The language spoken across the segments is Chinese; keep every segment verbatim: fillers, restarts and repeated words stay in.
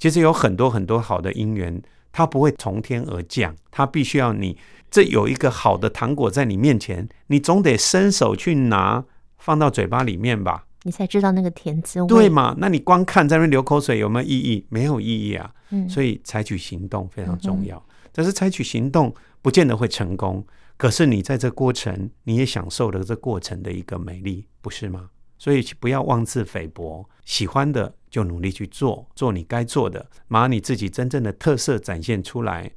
其实有很多很多好的因缘，它不会从天而降，它必须要你这有一个好的糖果在你面前，你总得伸手去拿，放到嘴巴里面吧， 你才知道那个甜滋味， 对嘛？那你光看在那边流口水有没有意义？没有意义啊。 嗯、 所以采取行动非常重要。但是采取行动不见得会成功，可是你在这过程，你也享受了这过程的一个美丽，不是吗？所以不要妄自菲薄，喜欢的就努力去做，做你该做的，把你自己真正的特色展现出来。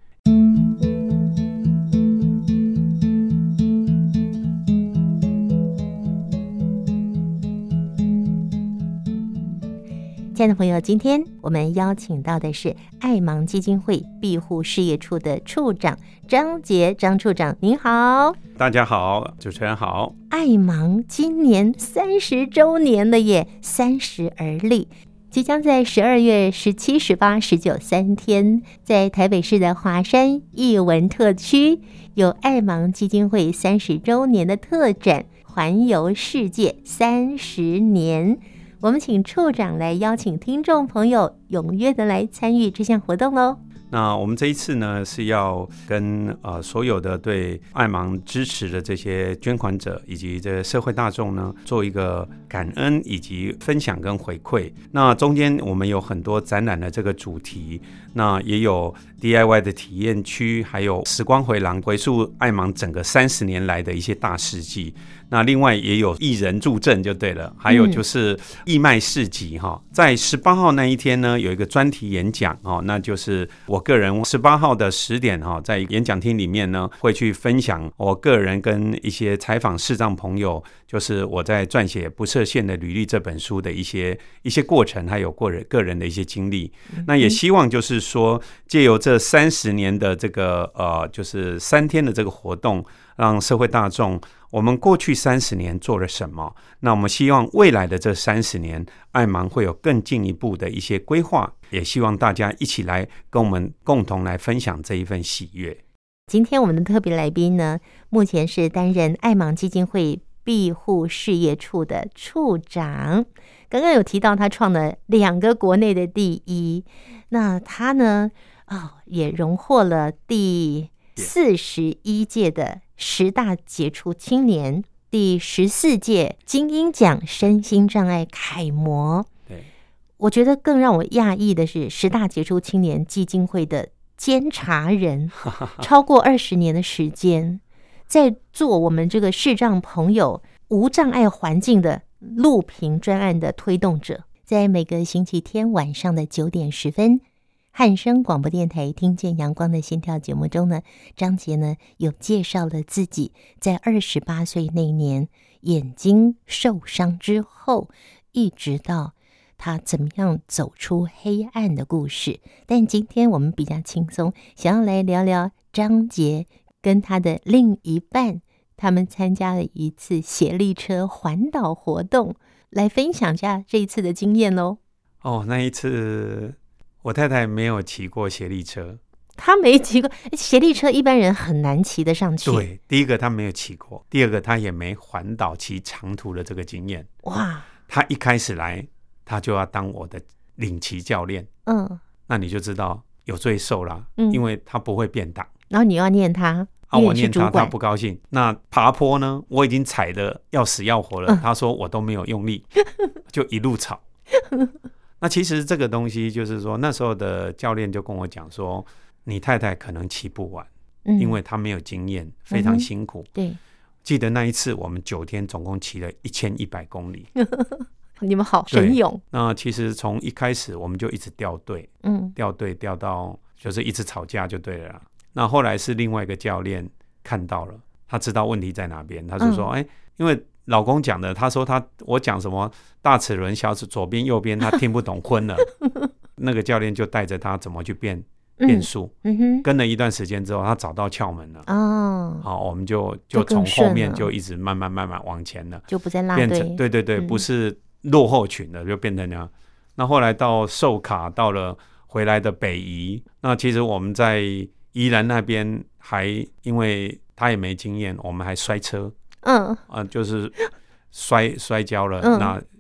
亲爱的朋友，今天我们邀请到的是爱盲基金会庇护事业处的处长张杰，张处长您好。 大家好，主持人好。 爱盲今年三十周年了耶，三十而立，即将在十二月十七、十八、十九三天，在台北市的华山艺文特区有爱盲基金会三十周年的特展，环游世界三十年。我们请处长来邀请听众朋友踊跃的来参与这项活动哦。 那我们这一次呢，是要跟呃所有的对爱盲支持的这些捐款者以及这个社会大众呢，做一个感恩以及分享跟回馈。那中间我们有很多展览的这个主题，那也有 D I Y 的体验区，还有时光回廊回溯爱盲整个三十年来的一些大事迹。那另外也有艺人助阵就对了，还有就是义卖市集哈，在十八号那一天呢，有一个专题演讲哦，那就是我个人十八号的十点哈，在演讲厅里面呢，会去分享我个人跟一些采访视障朋友，就是我在撰写《不设限的履历》这本书的一些一些过程，还有个人个人的一些经历。那也希望就是说，借由这三十年的这个呃，就是三天的这个活动，让社会大众。我们过去三十年做了什么？那我们希望未来的这三十年，爱盲会有更进一步的一些规划，也希望大家一起来跟我们共同来分享这一份喜悦。 今天我们的特别来宾呢，目前是担任爱盲基金会庇护事业处的处长。刚刚有提到他创了两个国内的第一，那他呢，哦，也荣获了第四十一届的十大杰出青年，第十四届金鹰奖身心障碍楷模。 对， 我觉得更让我讶异的是，十大杰出青年基金会的监察人，超过二十年的时间，在做我们这个视障朋友无障碍环境的路平专案的推动者。在每个星期天晚上的九点十分。汉声广播电台听见阳光的心跳节目中呢，张杰呢有介绍了自己在二十八岁那年眼睛受伤之后，一直到他怎么样走出黑暗的故事。但今天我们比较轻松，想要来聊聊张杰跟他的另一半，他们参加了一次协力车环岛活动，来分享一下这一次的经验咯。 哦，那一次我太太没有骑过协力车， 她没骑过协力车，一般人很难骑得上去。 对，第一个她没有骑过，第二个她也没环岛骑长途的这个经验。 哇！ 她一开始来，她就要当我的领骑教练。嗯，那你就知道有罪受啦，嗯，因为她不会变档， 然后你要念她。 啊，我念她，她不高兴。那爬坡呢，我已经踩得要死要活了，嗯，她说我都没有用力，就一路吵。那其实这个东西就是说，那时候的教练就跟我讲说，你太太可能骑不完，嗯，因为她没有经验，非常辛苦。嗯，对，记得那一次我们九天总共骑了一千一百公里。 你们好神勇。 那其实从一开始我们就一直掉队，嗯，掉队掉到就是一直吵架就对了啦。那后来是另外一个教练看到了，他知道问题在哪边，他就说，哎，嗯，因为老公讲的，他说他我讲什么大齿轮、小齿左边、右边，他听不懂，昏了。那个教练就带着他怎么去变变速，嗯嗯，跟了一段时间之后，他找到窍门了。哦，好，我们就就从后面就一直慢慢慢慢往前了， 就不再拉队， 变成对对对，嗯，不是落后群了，就变成那样。那后来到寿卡，到了回来的北宜，那其实我们在宜兰那边还因为他也没经验，我们还摔车。嗯，啊，就是摔摔跤了，嗯，那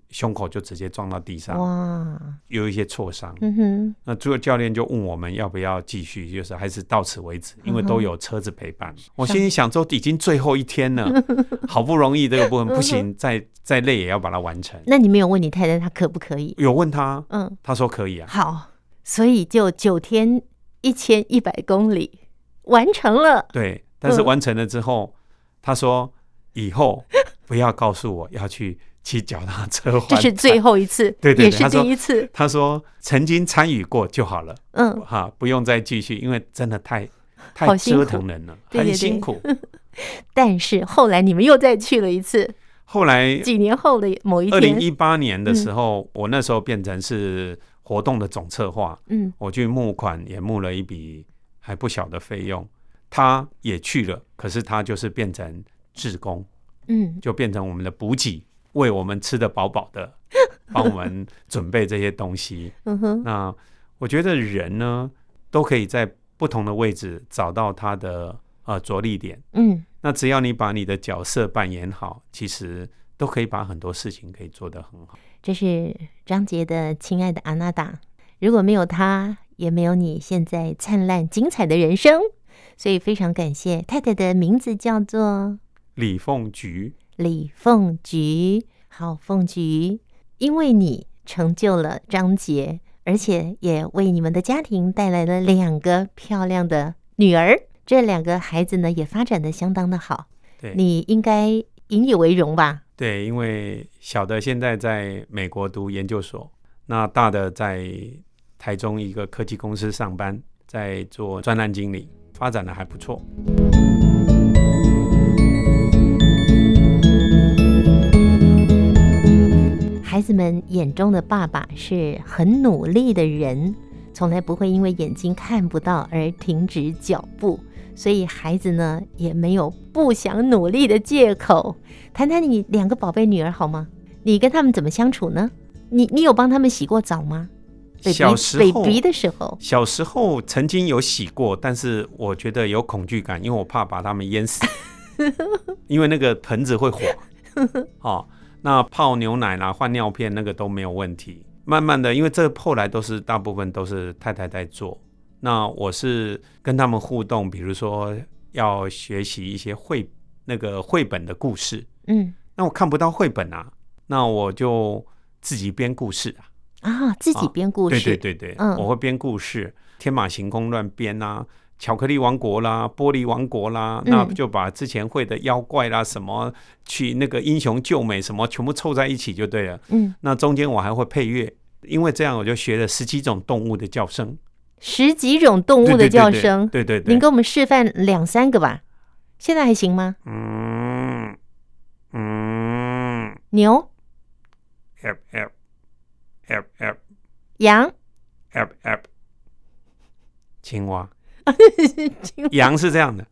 胸口就直接撞到地上， 哇， 有一些挫伤。 嗯哼， 那这个教练就问我们要不要继续，就是还是到此为止，因为都有车子陪伴。我心里想说，已经最后一天了，好不容易这个部分不行，再再累也要把它完成。 那你没有问你太太她可不可以？ 有问她， 嗯， 她说可以啊。 好，所以就九天一千一百公里完成了。 对，但是完成了之后，她说以后不要告诉我要去骑脚踏车， 这是最后一次， 对对对， 也是第一次。 他说曾经参与过就好了， 嗯， 哈，不用再继续，因为真的太太折腾人了， 对对对， 很辛苦。 但是后来你们又再去了一次， 后来几年后的某一天， 二零一八年的时候、嗯，我那时候变成是活动的总策划，嗯，我去募款也募了一笔还不小的费用，他也去了，可是他就是变成志工，嗯，就变成我们的补给。为我们吃得饱饱的，帮我们准备这些东西。嗯哼，那我觉得人呢，都可以在不同的位置找到他的呃着力点。嗯，那只要你把你的角色扮演好，其实都可以把很多事情可以做得很好。 这是张捷的亲爱的阿娜达，如果没有他，也没有你现在灿烂精彩的人生。所以非常感谢。太太的名字叫做李凤菊。 李凤菊，好，凤菊，因为你成就了张捷，而且也为你们的家庭带来了两个漂亮的女儿，这两个孩子呢也发展得相当的好，对，你应该引以为荣吧？ 对，因为小的现在在美国读研究所，那大的在台中一个科技公司上班，在做专案经理，发展得还不错。 孩子们眼中的爸爸是很努力的人，从来不会因为眼睛看不到而停止脚步，所以孩子呢也没有不想努力的借口。谈谈你两个宝贝女儿好吗？你跟他们怎么相处呢？你你有帮他们洗过澡吗？ 小时候 baby 的时候， 小时候曾经有洗过，但是我觉得有恐惧感，因为我怕把他们淹死，因为那个盆子会火。哦，那泡牛奶啦、换尿片那个都没有问题。慢慢的，因为这后来都是大部分都是太太在做，那我是跟他们互动，比如说要学习一些绘那个绘本的故事，嗯，那我看不到绘本啊，那我就自己编故事啊。 啊，自己编故事， 啊、对对对对、嗯，我会编故事，天马行空乱编啊，巧克力王国啦，玻璃王国啦、嗯，那就把之前会的妖怪啦，什么去那个英雄救美什么，全部凑在一起就对了。嗯，那中间我还会配乐，因为这样我就学了十几种动物的叫声， 十几种动物的叫声， 对对 对, 对, 对, 对， 您给我们示范两三个吧，现在还行吗？ 嗯嗯， 牛 ，F F F F， 羊 ，F F， 青蛙。羊是这样的，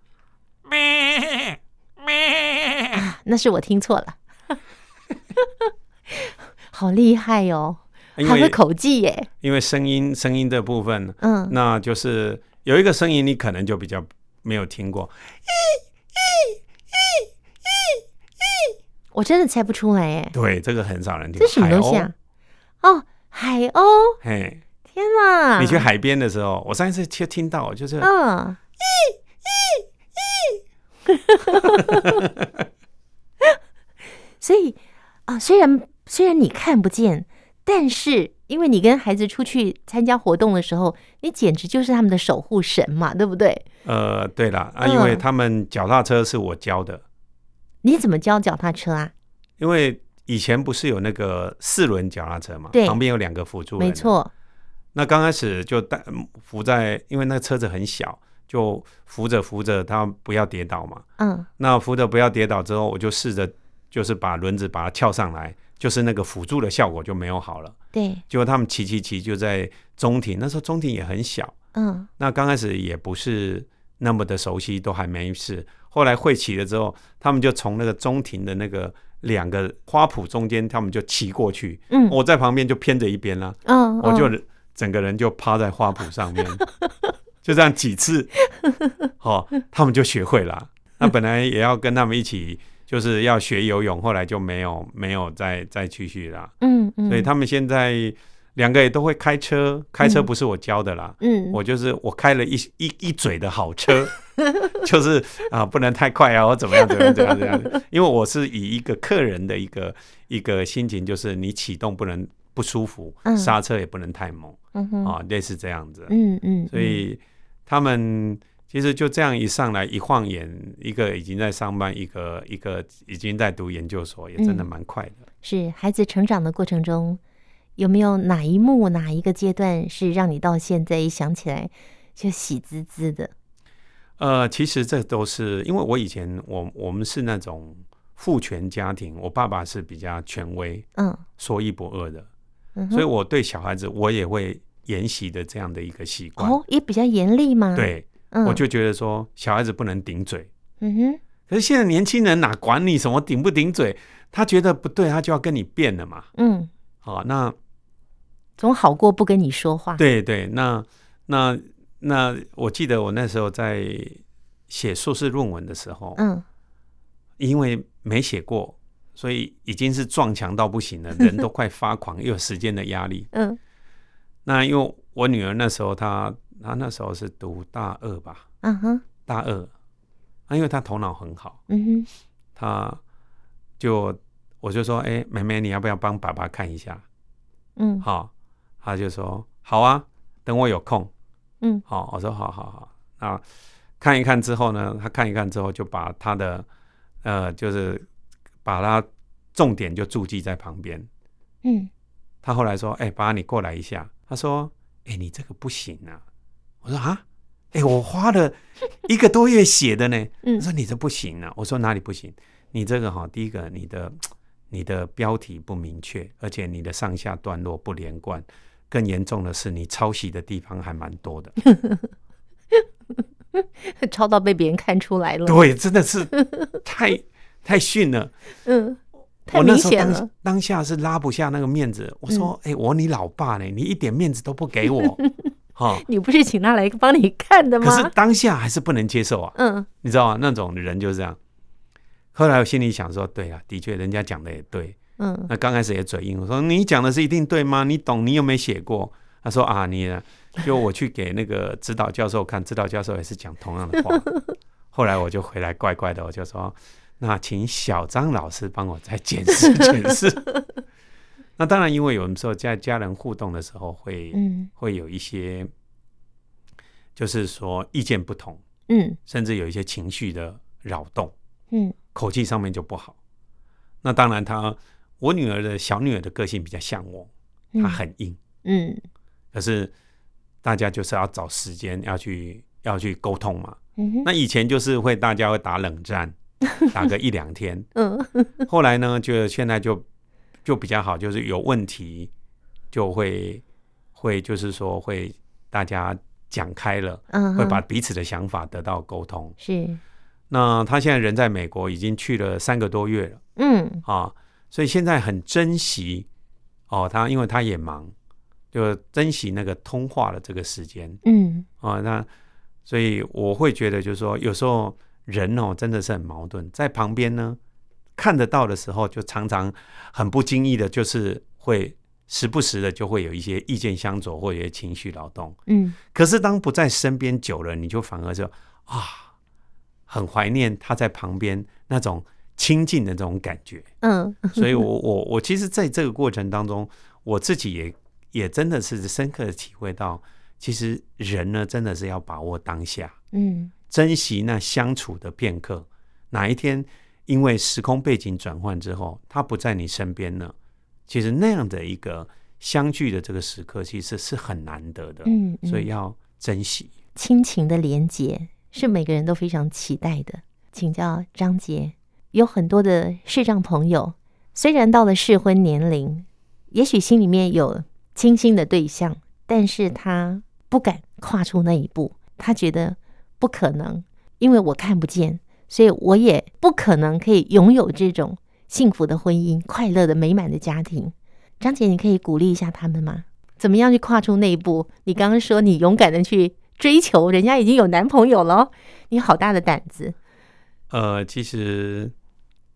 啊，那是我听错了，好厉害哦，还会口技耶。 因为声音声音的部分，嗯，那就是有一个声音你可能就比较没有听过， 我真的猜不出来耶。 对，这个很少人听。 这是什么东西啊？哦，海鸥。 嘿。 天哪！ 你去海边的时候，我上一次就听到，就是嗯，所以啊，虽然虽然你看不见，但是因为你跟孩子出去参加活动的时候，你简直就是他们的守护神嘛，对不对？ 呃，对啦，啊，因为他们脚踏车是我教的。嗯、 你怎么教脚踏车啊？ 因为以前不是有那个四轮脚踏车嘛， 对， 旁边有两个辅助人， 没错。 那刚开始就带扶在，因为那个车子很小，就扶着扶着，他不要跌倒嘛。嗯。那扶着不要跌倒之后，我就试着就是把轮子把它翘上来，就是那个辅助的效果就没有好了。 对。 结果他们骑骑骑就在中庭，那时候中庭也很小。嗯。那刚开始也不是那么的熟悉，都还没事。后来会骑了之后，他们就从那个中庭的那个两个花圃中间，他们就骑过去。嗯。我在旁边就偏着一边啦。嗯。我就。整个人就趴在花圃上面，就这样几次，哦，他们就学会了。那本来也要跟他们一起就是要学游泳，后来就没有没有再再继续啦。 嗯嗯， 所以他们现在两个也都会开车，开车不是我教的啦，嗯，我就是我开了一一一嘴的好车，就是啊不能太快啊，或怎么样怎么样怎么样怎么样，因为我是以一个客人的一个一个心情，就是你启动不能不舒服，嗯、刹车也不能太猛，嗯啊，类似这样子，嗯嗯，所以他们。其实就这样一上来一晃眼，一个已经在上班，一个一个已经在读研究所，也真的蛮快的。嗯、 是孩子成长的过程中，有没有哪一幕、哪一个阶段是让你到现在一想起来就喜滋滋的？ 呃，其实这都是因为我以前我我们是那种父权家庭，我爸爸是比较权威，嗯，说一不二的，嗯、所以我对小孩子我也会沿袭的这样的一个习惯。 哦，也比较严厉吗？ 对。我就觉得说小孩子不能顶嘴，嗯哼。可是现在年轻人哪管你什么顶不顶嘴，他觉得不对，他就要跟你辩了嘛。嗯，好，那总好过不跟你说话。 对对，那那那我记得我那时候在写硕士论文的时候，嗯，因为没写过，所以已经是撞墙到不行了，人都快发狂，又有时间的压力。嗯，那因为我女儿那时候她。他那时候是读大二吧，嗯哼，大二，啊，因为他头脑很好，嗯哼，他就我就说，哎、欸，妹妹，你要不要帮爸爸看一下？嗯，好，他就说好啊，等我有空，嗯，好，我说好好好，那看一看之后呢，他看一看之后就把他的呃，就是把他重点就注记在旁边，嗯，他后来说，哎、欸，爸，你过来一下，他说，哎、欸，你这个不行啊。我说啊，哎、欸，我花了一个多月写的呢。嗯，他说你这不行啊。我说哪里不行？你这个哈，第一个，你的你的标题不明确，而且你的上下段落不连贯，更严重的是你抄袭的地方还蛮多的， 抄到被别人看出来了。 对，真的是太太逊了。嗯，太明显了。我那时候 当, 当下是拉不下那个面子。我说，哎、嗯欸，我你老爸呢？你一点面子都不给我。 哦、你不是请他来帮你看的吗？ 可是当下还是不能接受啊，嗯，你知道吗？那种人就是这样。后来我心里想说，对啊，的确人家讲的也对，嗯，那刚开始也嘴硬，我说你讲的是一定对吗？你懂？你有没有写过？他说啊，你呢就我去给那个指导教授看，指导教授也是讲同样的话。后来我就回来乖乖的，我就说，那请小张老师帮我再检视检视。那当然，因为有的时候在家人互动的时候会，嗯、会有一些，就是说意见不同，嗯，甚至有一些情绪的扰动，嗯，口气上面就不好。那当然他，我女儿的小女儿的个性比较像我，她很硬，嗯，可是大家就是要找时间要去要去沟通嘛。嗯、那以前就是会大家会打冷战，打个一两天，嗯，后来呢，就现在就。就比较好，就是有问题就会会就是说会大家讲开了，嗯，会把彼此的想法得到沟通。是，那他现在人在美国，已经去了三个多月了，嗯啊，所以现在很珍惜哦，他因为他也忙，就珍惜那个通话的这个时间，嗯啊，那所以我会觉得就是说，有时候人哦真的是很矛盾，在旁边呢。看得到的时候，就常常很不经意的，就是会时不时的就会有一些意见相左，或者一些情绪劳动。嗯，可是当不在身边久了，你就反而就啊，很怀念他在旁边那种亲近的这种感觉。嗯，所以我我我其实在这个过程当中，我自己也也真的是深刻的体会到，其实人呢真的是要把握当下，嗯，珍惜那相处的片刻，哪一天。因为时空背景转换之后，他不在你身边呢，其实那样的一个相聚的这个时刻，其实是很难得的，嗯嗯，所以要珍惜。 亲情的连结是每个人都非常期待的。请教张杰，有很多的视障朋友，虽然到了适婚年龄，也许心里面有倾心的对象，但是他不敢跨出那一步，他觉得不可能，因为我看不见。所以我也不可能可以拥有这种幸福的婚姻、快乐的美满的家庭。张姐，你可以鼓励一下他们吗？怎么样去跨出那一步？你刚刚说你勇敢的去追求，人家已经有男朋友了，你好大的胆子。 呃，其实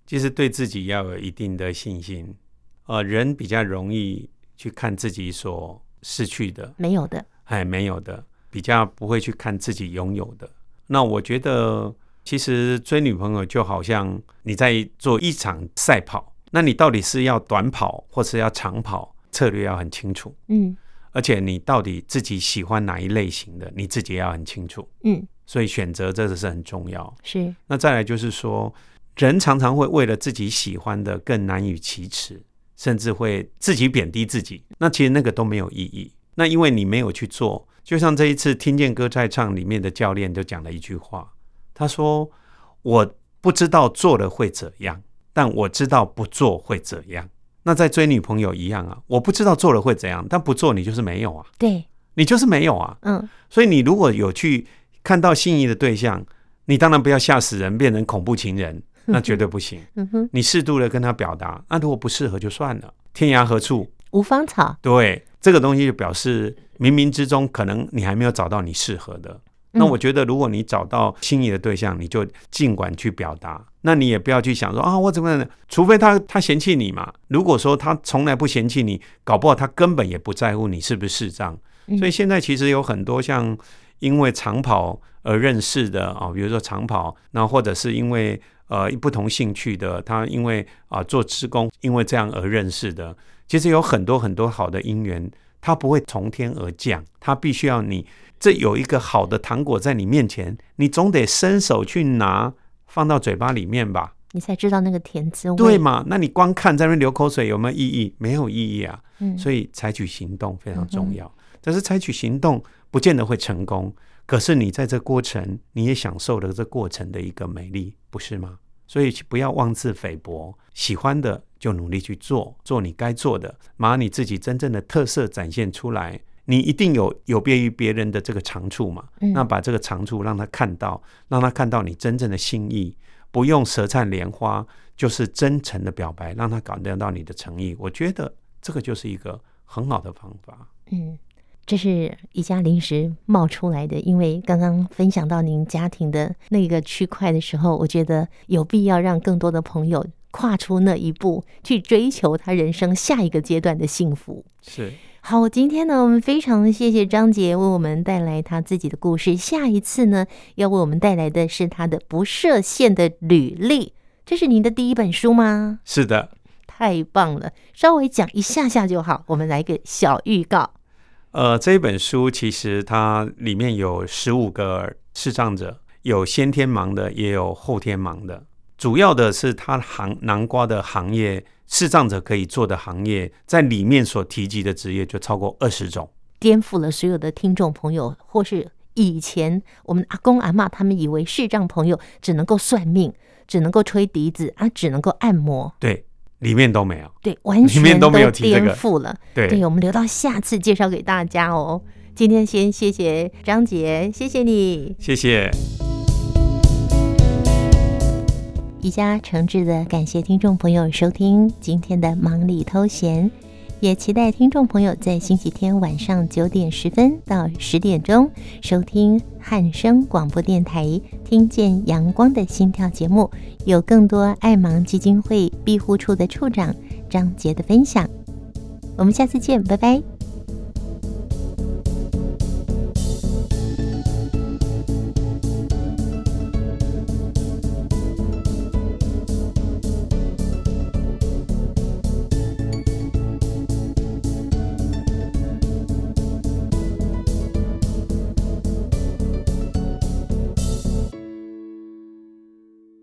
其实对自己要有一定的信心。呃，人比较容易去看自己所失去的， 没有的， 哎，没有的，比较不会去看自己拥有的。那我觉得，其实追女朋友就好像你在做一场赛跑，那你到底是要短跑或是要长跑，策略要很清楚。嗯，而且你到底自己喜欢哪一类型的，你自己要很清楚。嗯，所以选择这个是很重要。是，那再来就是说，人常常会为了自己喜欢的更难以启齿，甚至会自己贬低自己，那其实那个都没有意义。那因为你没有去做，就像这一次听见歌在唱里面的教练就讲了一句话，他说我不知道做了会怎样，但我知道不做会怎样。那在追女朋友一样啊，我不知道做了会怎样，但不做你就是没有啊，对，你就是没有啊。嗯，所以你如果有去看到心仪的对象，你当然不要吓死人变成恐怖情人，那绝对不行。你适度的跟他表达，那如果不适合就算了，天涯何处无芳草。对， 这个东西就表示冥冥之中可能你还没有找到你适合的。那我觉得如果你找到心仪的对象，你就尽管去表达，那你也不要去想说啊我怎么样，除非他他嫌弃你嘛。如果说他从来不嫌弃你，搞不好他根本也不在乎你是不是视障。所以现在其实有很多像因为长跑而认识的啊，比如说长跑，那或者是因为呃不同兴趣的，他因为啊、呃、做志工，因为这样而认识的，其实有很多很多好的姻缘，它不会从天而降，它必须要你这有一个好的糖果在你面前，你总得伸手去拿，放到嘴巴里面吧， 你才知道那个甜滋味， 对嘛？那你光看在那边流口水有没有意义？没有意义啊。嗯、所以采取行动非常重要。嗯、但是采取行动不见得会成功，可是你在这过程你也享受了这过程的一个美丽，不是吗？所以不要妄自菲薄，喜欢的就努力去做，做你该做的，把你自己真正的特色展现出来。你一定有有别于别人的这个长处嘛、嗯、那把这个长处让他看到，让他看到你真正的心意，不用舌灿莲花，就是真诚的表白，让他感觉到你的诚意。我觉得这个就是一个很好的方法。嗯， 这是一家临时冒出来的，因为刚刚分享到您家庭的那个区块的时候，我觉得有必要让更多的朋友跨出那一步，去追求他人生下一个阶段的幸福。 是。 好，今天呢，我们非常谢谢张杰为我们带来他自己的故事。下一次呢，要为我们带来的是他的不设限的履历。这是您的第一本书吗？ 是的。 太棒了，稍微讲一下下就好。我们来个小预告。 呃，这一本书其实它里面有十五个视障者，有先天盲的，也有后天盲的。主要的是它行囊括的行业，视障者可以做的行业，在里面所提及的职业就超过二十种， 颠覆了所有的听众朋友，或是以前我们阿公阿嬷他们以为视障朋友只能够算命，只能够吹笛子啊，只能够按摩。 对，里面都没有， 对，完全都颠覆了。对，对，我们留到下次介绍给大家哦。今天先谢谢张杰，谢谢你， 谢谢。 宜家诚挚的感谢听众朋友收听今天的忙里偷闲，也期待听众朋友在星期天晚上九点十分到十点钟收听汉声广播电台听见阳光的心跳节目，有更多爱盲基金会庇护处的处长张杰的分享。我们下次见，拜拜。